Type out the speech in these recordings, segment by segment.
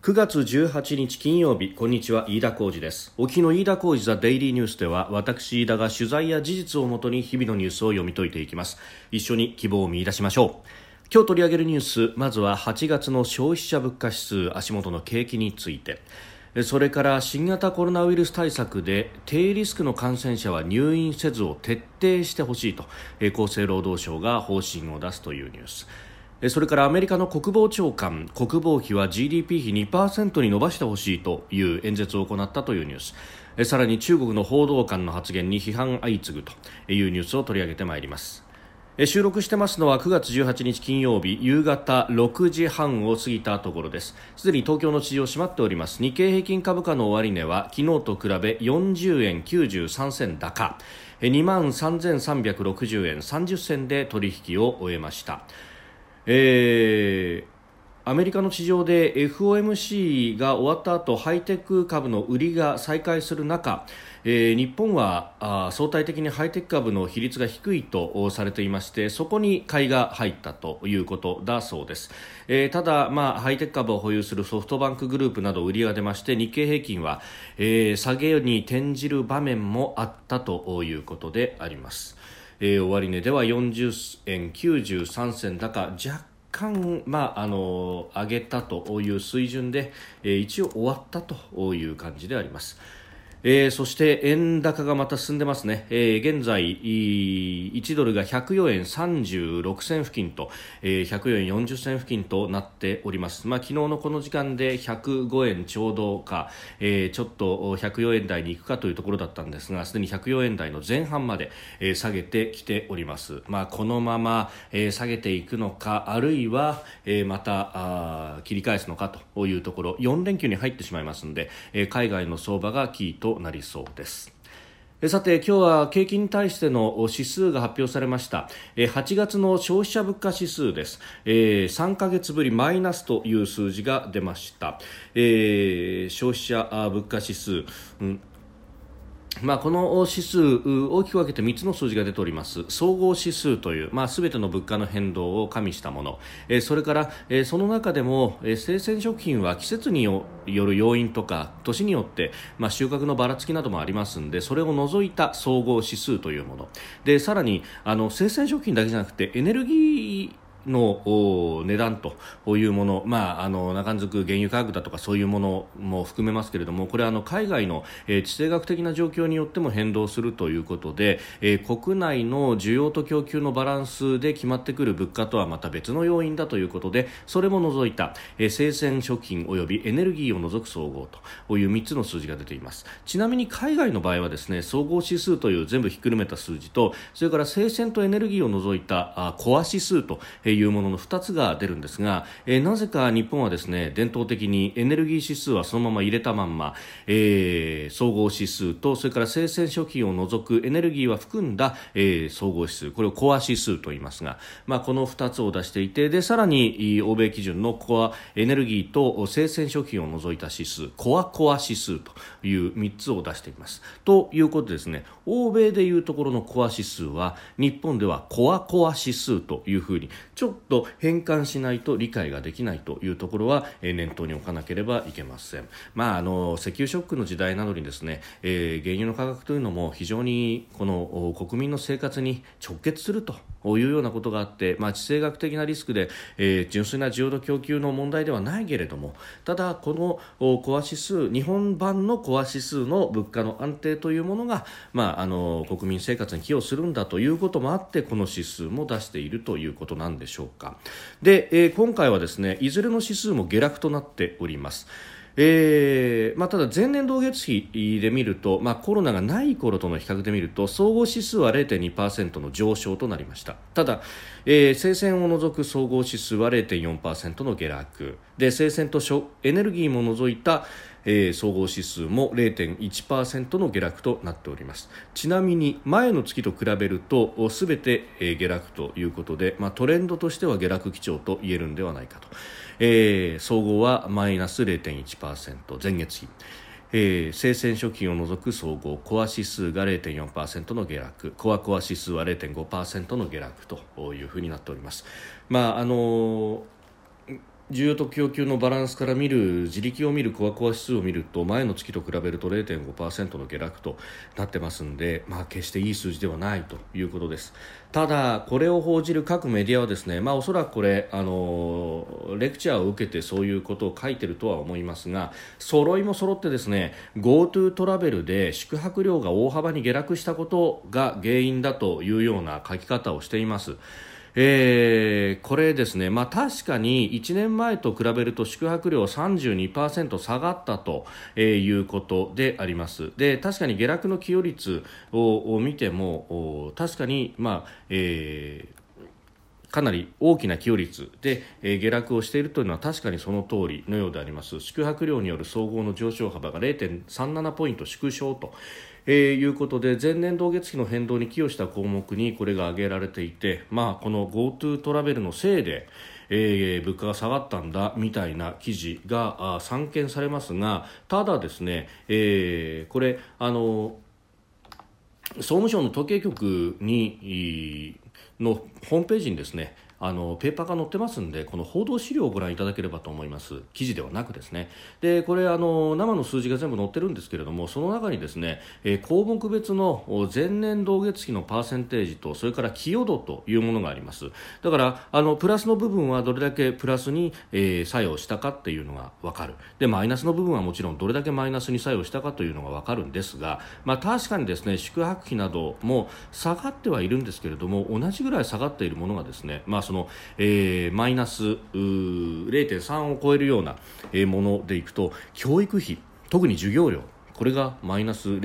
9月18日金曜日、こんにちは、飯田浩司です。沖の飯田浩司ザデイリーニュースでは、私飯田が取材や事実をもとに日々のニュースを読み解いていきます。一緒に希望を見出しましょう。今日取り上げるニュース、まずは8月の消費者物価指数、足元の景気について、それから新型コロナウイルス対策で低リスクの感染者は入院せずを徹底してほしいと厚生労働省が方針を出すというニュース。それからアメリカの国防長官、国防費は GDP 比 2% に伸ばしてほしいという演説を行ったというニュース。さらに中国の報道官の発言に批判相次ぐというニュースを取り上げてまいります。収録してますのは9月18日金曜日夕方6時半を過ぎたところです。すでに東京の市場閉まっております。日経平均株価の終値は昨日と比べ40円93銭高、23,360円30銭で取引を終えました。アメリカの市場で FOMC が終わった後、ハイテク株の売りが再開する中、日本は相対的にハイテク株の比率が低いとされていまして、そこに買いが入ったということだそうです。ただ、ハイテク株を保有するソフトバンクグループなど売りが出まして、日経平均は、下げに転じる場面もあったということであります。終値では40円93銭高、若干、上げたという水準で、一応終わったという感じであります。そして円高がまた進んでますね。現在1ドルが104円36銭付近と、104円40銭付近となっております。昨日のこの時間で105円ちょうどか、ちょっと104円台に行くかというところだったんですが、すでに104円台の前半まで、下げてきております。このまま、下げていくのか、あるいは、また切り返すのかというところ、4連休に入ってしまいますので、海外の相場がキーとなりそうです。さて、今日は景気に対しての指数が発表されました。8月の消費者物価指数です。3ヶ月ぶりマイナスという数字が出ました。消費者物価指数、この指数大きく分けて3つの数字が出ております。総合指数という、全ての物価の変動を加味したもの、それから、その中でも、生鮮食品は季節による要因とか年によって、収穫のばらつきなどもありますので、それを除いた総合指数というもので、さらに生鮮食品だけじゃなくてエネルギーの値段というもの、中づく原油価格だとかそういうものも含めますけれども、これは海外の地政学的な状況によっても変動するということで、国内の需要と供給のバランスで決まってくる物価とはまた別の要因だということで、それも除いた生鮮食品およびエネルギーを除く総合という3つの数字が出ています。ちなみに海外の場合はですね、総合指数という全部ひっくるめた数字と、それから生鮮とエネルギーを除いたコア指数というものの2つが出るんですが、なぜか日本はですね、伝統的にエネルギー指数はそのまま入れたまんま、総合指数と、それから生鮮食品を除くエネルギーは含んだ、総合指数、これをコア指数と言いますが、この2つを出していて、でさらに欧米基準のコアエネルギーと生鮮食品を除いた指数、コア指数という3つを出しています。ということですね、欧米でいうところのコア指数は日本ではコア指数というふうにちょっと変換しないと理解ができないというところは念頭に置かなければいけません。石油ショックの時代などにですね、原油の価格というのも非常にこの国民の生活に直結するというようなことがあって、地政学的なリスクで、純粋な需要と供給の問題ではないけれども、ただこのコア指数、日本版のコア指数の物価の安定というものが、国民生活に寄与するんだということもあって、この指数も出しているということなんでしょうか。で、今回はですね、いずれの指数も下落となっております。ただ前年同月比で見ると、コロナがない頃との比較で見ると総合指数は 0.2% の上昇となりました。ただ、生鮮を除く総合指数は 0.4% の下落で、生鮮とエネルギーも除いた総合指数も 0.1% の下落となっております。ちなみに前の月と比べると全て下落ということで、トレンドとしては下落基調と言えるんではないかと。総合はマイナス 0.1% 前月比、生鮮食品を除く総合コア指数が 0.4% の下落、コア指数は 0.5% の下落というふうになっております。 需要と供給のバランスから見る自力を見るコアコア指数を見ると前の月と比べると 0.5% の下落となってますんで、決していい数字ではないということです。ただこれを報じる各メディアはですね、おそらくこれレクチャーを受けてそういうことを書いてるとは思いますが、揃いも揃ってですね GoTo トラベルで宿泊料が大幅に下落したことが原因だというような書き方をしています。これですね、確かに1年前と比べると宿泊料は 32% 下がったということであります。で、確かに下落の寄与率を見ても確かに、かなり大きな寄与率で、下落をしているというのは確かにその通りのようであります。宿泊料による総合の上昇幅が 0.37 ポイント縮小ということで、前年同月比の変動に寄与した項目にこれが挙げられていて、この GoTo トラベルのせいで、物価が下がったんだみたいな記事が散見されますが、ただですね、これ総務省の統計局のホームページにですねペーパーが載ってますんで、この報道資料をご覧いただければと思います。記事ではなくですね。で、これ生の数字が全部載ってるんですけれども、その中にですね、項目別の前年同月比のパーセンテージと、それから寄与度というものがあります。だからプラスの部分はどれだけプラスに、作用したかっていうのが分かる。で、マイナスの部分はもちろんどれだけマイナスに作用したかというのが分かるんですが、確かにですね、宿泊費なども下がってはいるんですけれども、同じぐらい下がっているものがですね、マイナス 0.3 を超えるようなものでいくと、教育費、特に授業料、これがマイナス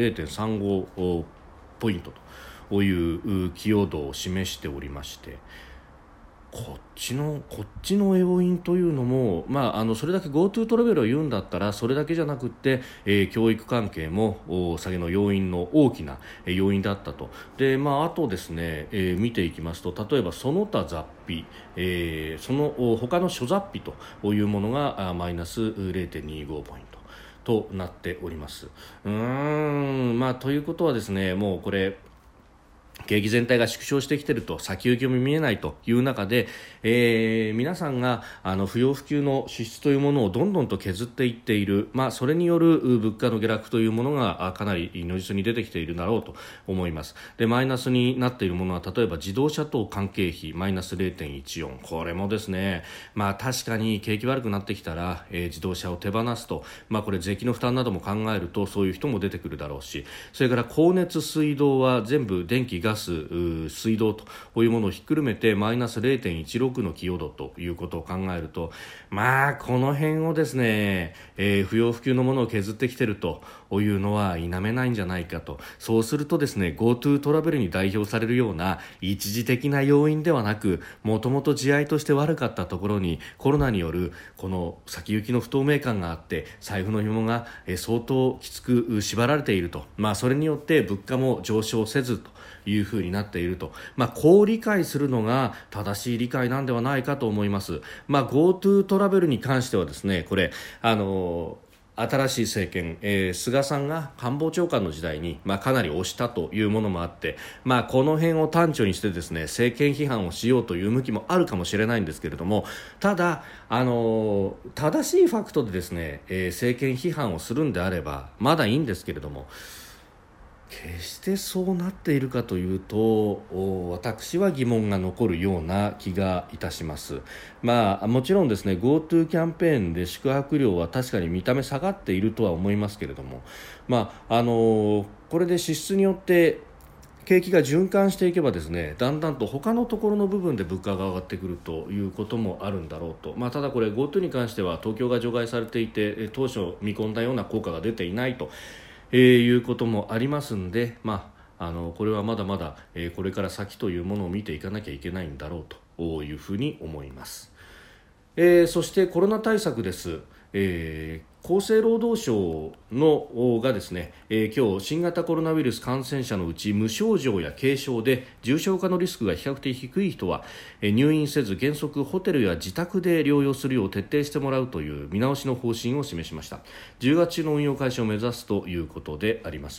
0.35 ポイントという寄与度を示しておりまして、こっちの要因というのも、それだけ GoTo トラベルを言うんだったらそれだけじゃなくって、教育関係も下げの要因の大きな要因だったと。で、あとですね、見ていきますと、例えばその他雑費、その他の諸雑費というものがマイナス 0.25 ポイントとなっております。ということはですね、もうこれ景気全体が縮小してきていると、先行きも見えないという中で、皆さんが不要不急の支出というものをどんどんと削っていっている、それによる物価の下落というものがかなり如実に出てきているだろうと思います。で、マイナスになっているものは、例えば自動車等関係費マイナス 0.14、 これもですね、確かに景気悪くなってきたら、自動車を手放すと、これ税金の負担なども考えるとそういう人も出てくるだろうし、それから光熱水道は全部電気ガス水道というものをひっくるめてマイナス 0.16 の寄与度ということを考えると、この辺をですね、不要不急のものを削ってきているというのは否めないんじゃないかと。そうするとですね、 GoTo トラベルに代表されるような一時的な要因ではなく、もともと地合いとして悪かったところにコロナによるこの先行きの不透明感があって、財布の紐が相当きつく縛られていると、それによって物価も上昇せずというふうになっていると、こう理解するのが正しい理解なんではないかと思います。GoTo トラベルに関してはですね、これ新しい政権、菅さんが官房長官の時代に、かなり押したというものもあって、この辺を端緒にしてですね、政権批判をしようという向きもあるかもしれないんですけれども、ただ正しいファクトでですね、政権批判をするんであればまだいいんですけれども、決してそうなっているかというと、私は疑問が残るような気がいたします。もちろんですね、 GoTo キャンペーンで宿泊料は確かに見た目下がっているとは思いますけれども、これで支出によって景気が循環していけばですね、だんだんと他のところの部分で物価が上がってくるということもあるんだろうと。ただこれ GoTo に関しては東京が除外されていて、当初見込んだような効果が出ていないということもありますんで、これはまだまだ、これから先というものを見ていかなきゃいけないんだろうというふうに思います。そしてコロナ対策です。厚生労働省がですね、今日新型コロナウイルス感染者のうち無症状や軽症で重症化のリスクが比較的低い人は入院せず原則ホテルや自宅で療養するよう徹底してもらうという見直しの方針を示しました。10月中の運用開始を目指すということであります。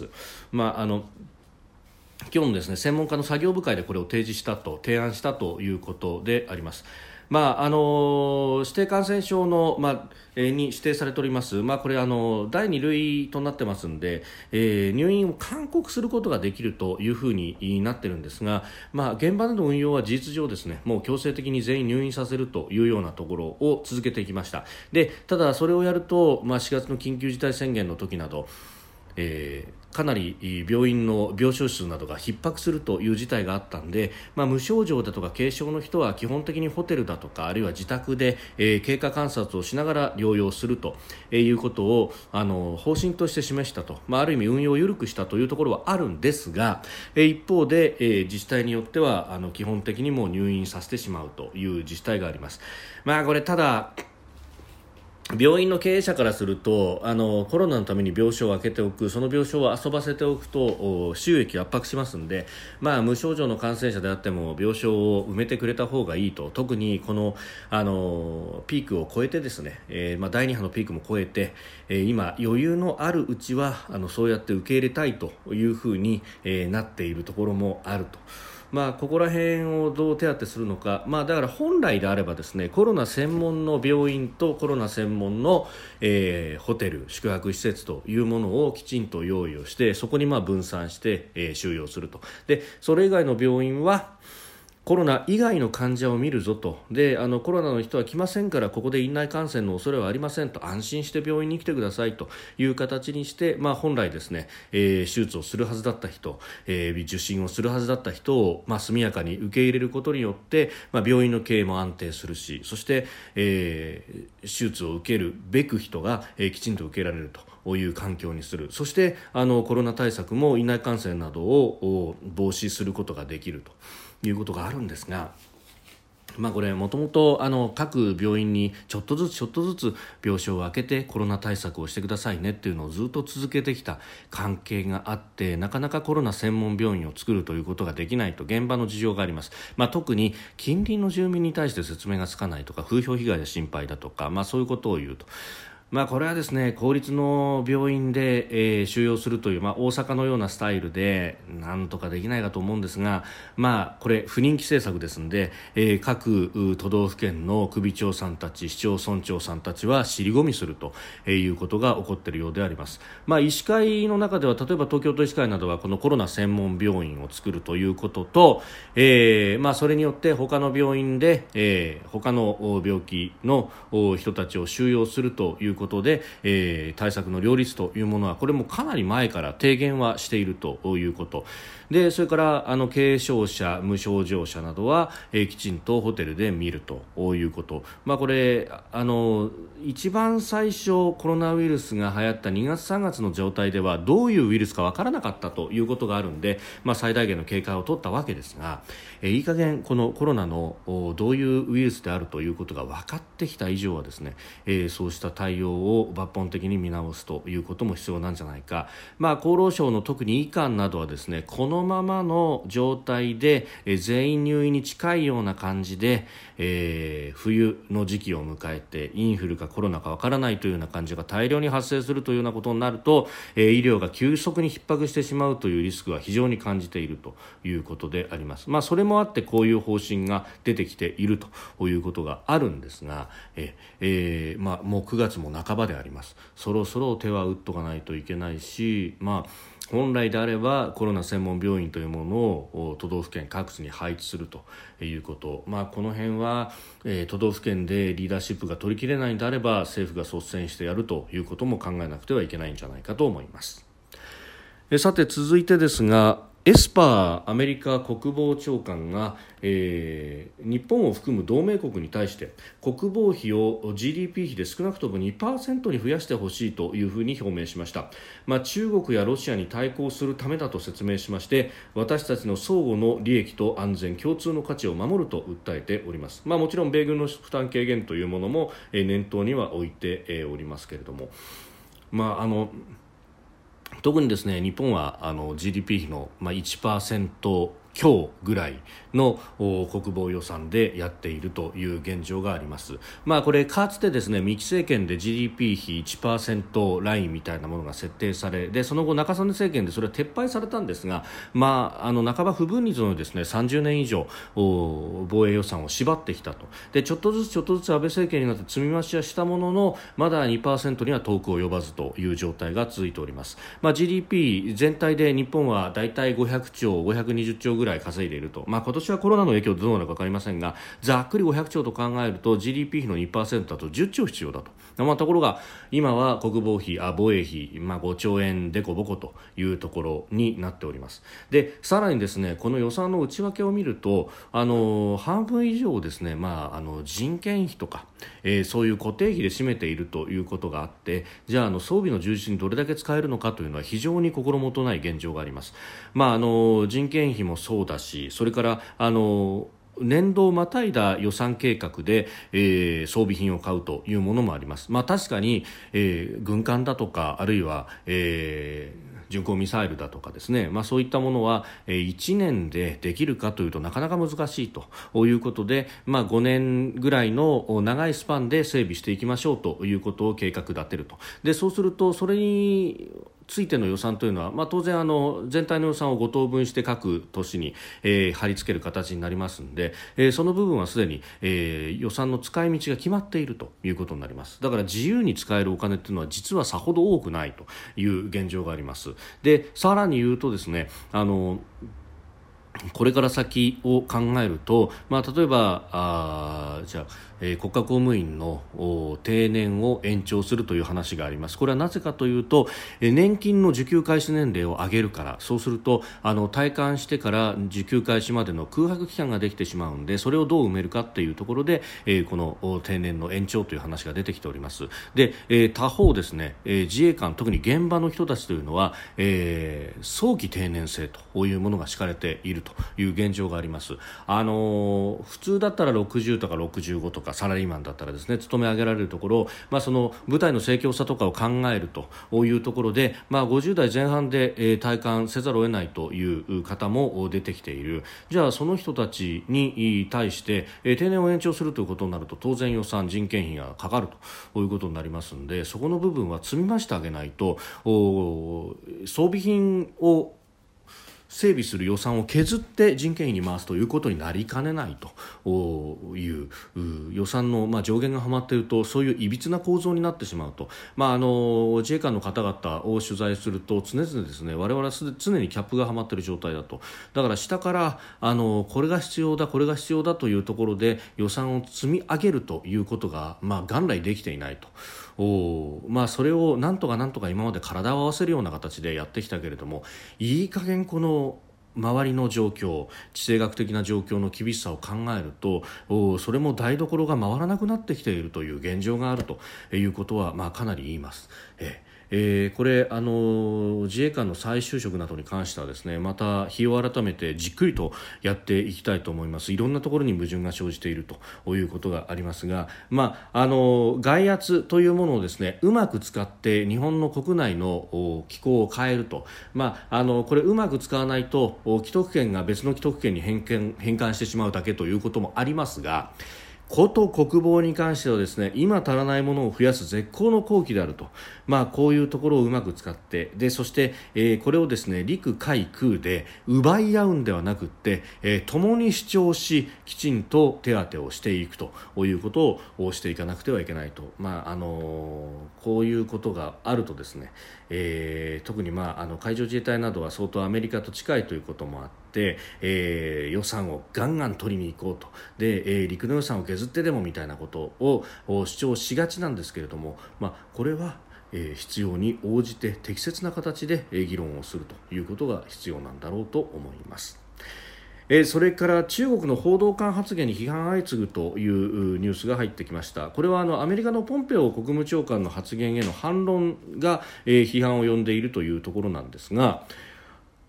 今日のですね、専門家の作業部会でこれを提案したということであります。 指定感染症の、に指定されております、これ第2類となってますんで、入院を勧告することができるというふうになってるんですが、現場での運用は事実上ですね、もう強制的に全員入院させるというようなところを続けてきました。でただそれをやると、4月の緊急事態宣言の時など、かなり病院の病床数などが逼迫するという事態があったので、無症状だとか軽症の人は基本的にホテルだとかあるいは自宅で、経過観察をしながら療養するということを方針として示したと、ある意味運用を緩くしたというところはあるんですが、一方で、自治体によっては基本的にもう入院させてしまうという自治体があります。これただ病院の経営者からするとコロナのために病床を空けておく、その病床を遊ばせておくと収益圧迫しますので、無症状の感染者であっても病床を埋めてくれた方がいいと、特にこの、ピークを超えてですね、第2波のピークも超えて、今余裕のあるうちはそうやって受け入れたいというふうに、なっているところもあると。ここら辺をどう手当てするのか、だから本来であればですね、コロナ専門の病院とコロナ専門の、ホテル宿泊施設というものをきちんと用意をして、そこに分散して、収容すると。でそれ以外の病院はコロナ以外の患者を見るぞと。でコロナの人は来ませんから、ここで院内感染の恐れはありませんと、安心して病院に来てくださいという形にして、本来ですね、手術をするはずだった人、受診をするはずだった人を、速やかに受け入れることによって、病院の経営も安定するし、そして、手術を受けるべく人が、きちんと受けられるという環境にする。そしてコロナ対策も院内感染などを防止することができるということがあるんですが、これもともと各病院にちょっとずつ病床を空けてコロナ対策をしてくださいねっていうのをずっと続けてきた関係があって、なかなかコロナ専門病院を作るということができないと現場の事情があります。特に近隣の住民に対して説明がつかないとか、風評被害が心配だとか、そういうことを言うと。これはですね、公立の病院で、収容するという、大阪のようなスタイルでなんとかできないかと思うんですが、これ不人気政策ですので、各都道府県の首長さんたち、市町村長さんたちは尻込みするということが起こっているようであります。医師会の中では、例えば東京都医師会などはこのコロナ専門病院を作るということと、それによって他の病院で、他の病気の人たちを収容するということで、対策の両立というものはこれもかなり前から提言はしているということで、それから軽症者無症状者などは、きちんとホテルで見るということ、これ一番最初コロナウイルスが流行った2月3月の状態ではどういうウイルスか分からなかったということがあるんで、最大限の警戒を取ったわけですが、いい加減このコロナのどういうウイルスであるということが分かってきた以上はですね、そうした対応を抜本的に見直すということも必要なんじゃないか。厚労省の特に医官などはですね、このままの状態で、全員入院に近いような感じで、冬の時期を迎えてインフルかコロナかわからないというような感じが大量に発生するというようなことになると、医療が急速に逼迫してしまうというリスクは非常に感じているということであります。それもあってこういう方針が出てきているということがあるんですが、もう9月も半ばであります。そろそろ手は打っとかないといけないし、本来であればコロナ専門病院というものを都道府県各地に配置するということ、この辺は、都道府県でリーダーシップが取りきれないのであれば政府が率先してやるということも考えなくてはいけないんじゃないかと思います。さて続いてですが、エスパーアメリカ国防長官が、日本を含む同盟国に対して国防費を GDP 比で少なくとも 2% に増やしてほしいというふうに表明しました。中国やロシアに対抗するためだと説明しまして、私たちの相互の利益と安全共通の価値を守ると訴えております。もちろん米軍の負担軽減というものも、念頭には置いて、おりますけれども、特にですね、日本はGDP 比の1% 今日ぐらいの国防予算でやっているという現状があります。これかつてですね、三木政権で GDP 比 1% ラインみたいなものが設定され、でその後中曽根政権でそれは撤廃されたんですが、半ば不分率のですね30年以上防衛予算を縛ってきたと。でちょっとずつ安倍政権になって積み増しはしたものの、まだ 2% には遠く及ばずという状態が続いております。GDP 全体で日本はだいたい500兆520兆ぐらい稼いでいると。今年はコロナの影響でどうなるか分かりませんが、ざっくり500兆と考えると GDP 比の 2% だと10兆必要だと。ところが今は防衛費、5兆円でこぼこというところになっております。でさらにですね、この予算の内訳を見ると半分以上をですね、人件費とか、そういう固定費で占めているということがあって、じゃあ装備の充実にどれだけ使えるのかというのは非常に心もとない現状があります。人件費もそうだし、それから年度をまたいだ予算計画で、装備品を買うというものもあります。確かに、軍艦だとか、あるいは、巡航ミサイルだとかですね、そういったものは1年でできるかというとなかなか難しいということで、5年ぐらいの長いスパンで整備していきましょうということを計画立てると。でそうするとそれについての予算というのは、当然全体の予算を5等分して各都市に、貼り付ける形になりますので、その部分はすでに、予算の使い道が決まっているということになります。だから自由に使えるお金というのは実はさほど多くないという現状があります。でさらに言うとですね、これから先を考えると、例えば国家公務員の定年を延長するという話があります。これはなぜかというと、年金の受給開始年齢を上げるから。そうすると退官してから受給開始までの空白期間ができてしまうので、それをどう埋めるかというところで、この定年の延長という話が出てきております。で、他方ですね、自衛官、特に現場の人たちというのは、早期定年制というものが敷かれているという現状があります。普通だったら60とか65とかサラリーマンだったらですね、勤め上げられるところを、その部隊の盛況さとかを考えるというところで、50代前半で、退官せざるを得ないという方も出てきている。じゃあその人たちに対して、定年を延長するということになると、当然予算人件費がかかるということになりますので、そこの部分は積み増してあげないと装備品を整備する予算を削って人件費に回すということになりかねないという予算の上限がはまっていると、そういういびつな構造になってしまうと。自衛官の方々を取材すると常々ですね、我々は常にキャップがはまっている状態だと。だから下からこれが必要だこれが必要だというところで予算を積み上げるということが、元来できていないと。それをなんとか今まで体を合わせるような形でやってきたけれども、いい加減この周りの状況、地政学的な状況の厳しさを考えると、それも台所が回らなくなってきているという現状があるということは、かなり言います。これ自衛官の再就職などに関してはですね、また日を改めてじっくりとやっていきたいと思います。いろんなところに矛盾が生じているということがありますが、外圧というものをですね、うまく使って日本の国内の気候を変えると。これうまく使わないと既得権が別の既得権に変換してしまうだけということもありますが、こと国防に関してはですね、今足らないものを増やす絶好の好機であると。こういうところをうまく使って、でそして、これをですね、陸海空で奪い合うんではなくって、共に主張しきちんと手当てをしていくということをしていかなくてはいけないと。こういうことがあるとですね、特に海上自衛隊などは相当アメリカと近いということもあって、予算をガンガン取りに行こうと。で、陸の予算を削ってでもみたいなことを主張しがちなんですけれども、これは必要に応じて適切な形で議論をするということが必要なんだろうと思います。それから中国の報道官発言に批判相次ぐというニュースが入ってきました。これはアメリカのポンペオ国務長官の発言への反論が、批判を呼んでいるというところなんですが、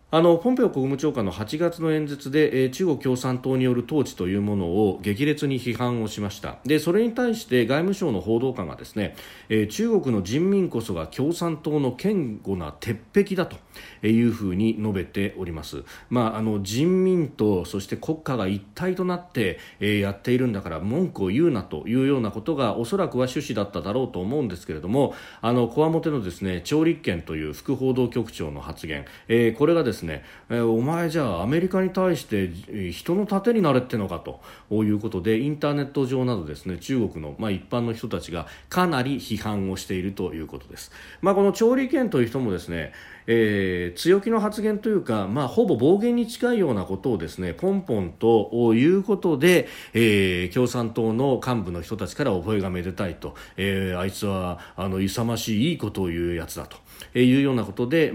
ポンペオ国務長官の8月の演説で、中国共産党による統治というものを激烈に批判をしました。でそれに対して外務省の報道官がですね、中国の人民こそが共産党の堅固な鉄壁だというふうに述べております。人民とそして国家が一体となって、やっているんだから文句を言うなというようなことがおそらくは趣旨だっただろうと思うんですけれども、こわもてのですね、趙立堅という副報道局長の発言、これがですね、お前じゃあアメリカに対して人の盾になれってのかということで、インターネット上などですね、中国の、一般の人たちがかなり批判をしているということです。この趙立堅という人もですね、強気の発言というか、ほぼ暴言に近いようなことをですね、ポンポンということで、共産党の幹部の人たちから覚えがめでたいと、あいつは勇ましいいいことを言うやつだというようなことで、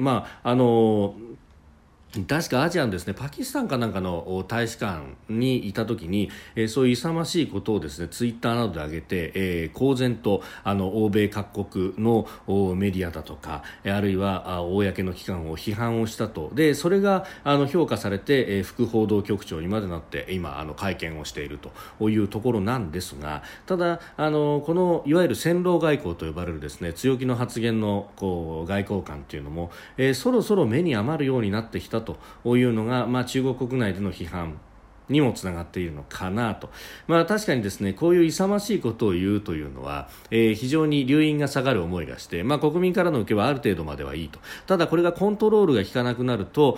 確かアジアのですね、パキスタンかなんかの大使館にいた時に、そういう勇ましいことをですね、ツイッターなどで上げて、公然と欧米各国のメディアだとか、あるいは公の機関を批判をしたと。でそれが評価されて、副報道局長にまでなって今会見をしているというところなんですが、ただこのいわゆる戦狼外交と呼ばれるですね、強気の発言の外交官というのも、そろそろ目に余るようになってきたというのが、中国国内での批判にもつながっているのかなと。確かにですね、こういう勇ましいことを言うというのは、非常に留飲が下がる思いがして、国民からの受けはある程度まではいいと。ただこれがコントロールが効かなくなると、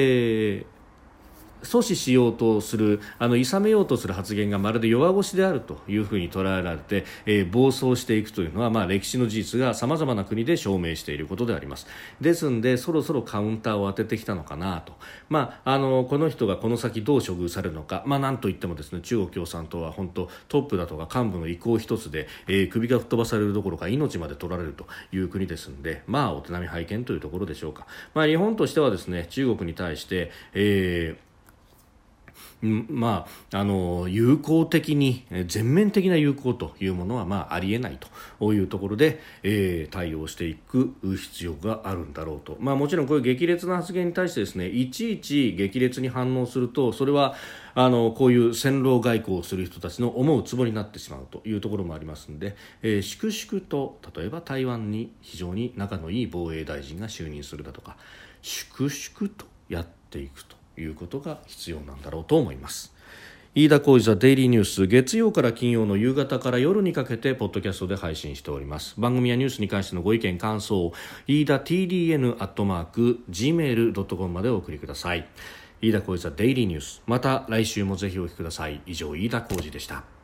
阻止しようとする、諌めようとする発言がまるで弱腰であるというふうに捉えられて、暴走していくというのは、歴史の事実が様々な国で証明していることであります。ですのでそろそろカウンターを当ててきたのかなと。この人がこの先どう処遇されるのか、なんといってもですね、中国共産党は本当トップだとか幹部の意向一つで、首が吹っ飛ばされるどころか命まで取られるという国ですので、お手並み拝見というところでしょうか。日本としてはですね、中国に対して、友好的に全面的な友好というものはありえないというところで、対応していく必要があるんだろうと。もちろんこういう激烈な発言に対してですね、いちいち激烈に反応すると、それはこういう戦狼外交をする人たちの思うつぼになってしまうというところもありますので、粛々と例えば台湾に非常に仲のいい防衛大臣が就任するだとか、粛々とやっていくということが必要なんだろうと思います。飯田浩司ザデイリーニュース、月曜から金曜の夕方から夜にかけてポッドキャストで配信しております。番組やニュースに関してのご意見感想、飯田 TDN@gmail.com までお送りください。飯田浩司ザデイリーニュース、また来週もぜひお聞きください。以上、飯田浩司でした。